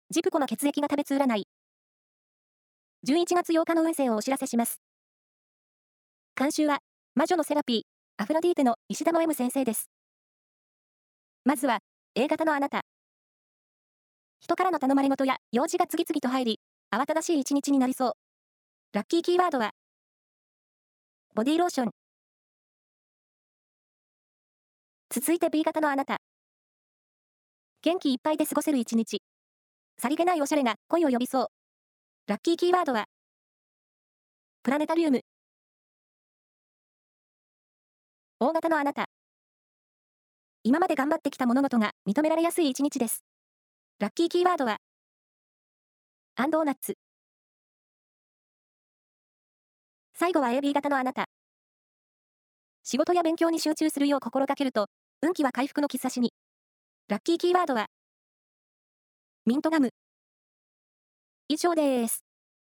ジプコの血液が食べつ占い。11月8日の運勢をお知らせします。監修は、魔女のセラピー、アフロディーテの石田の M 先生です。まずは、A 型のあなた。人からの頼まれ事や用事が次々と入り、慌ただしい一日になりそう。ラッキーキーワードは、ボディローション。続いて B 型のあなた。元気いっぱいで過ごせる一日。さりげないおしゃれが恋を呼びそう。ラッキーキーワードは、プラネタリウム。O 型のあなた。今まで頑張ってきた物事が認められやすい一日です。ラッキーキーワードは、アンドーナッツ。最後は AB 型のあなた。仕事や勉強に集中するよう心がけると、運気は回復の兆しに。ラッキーキーワードは、ミントガム。以上です。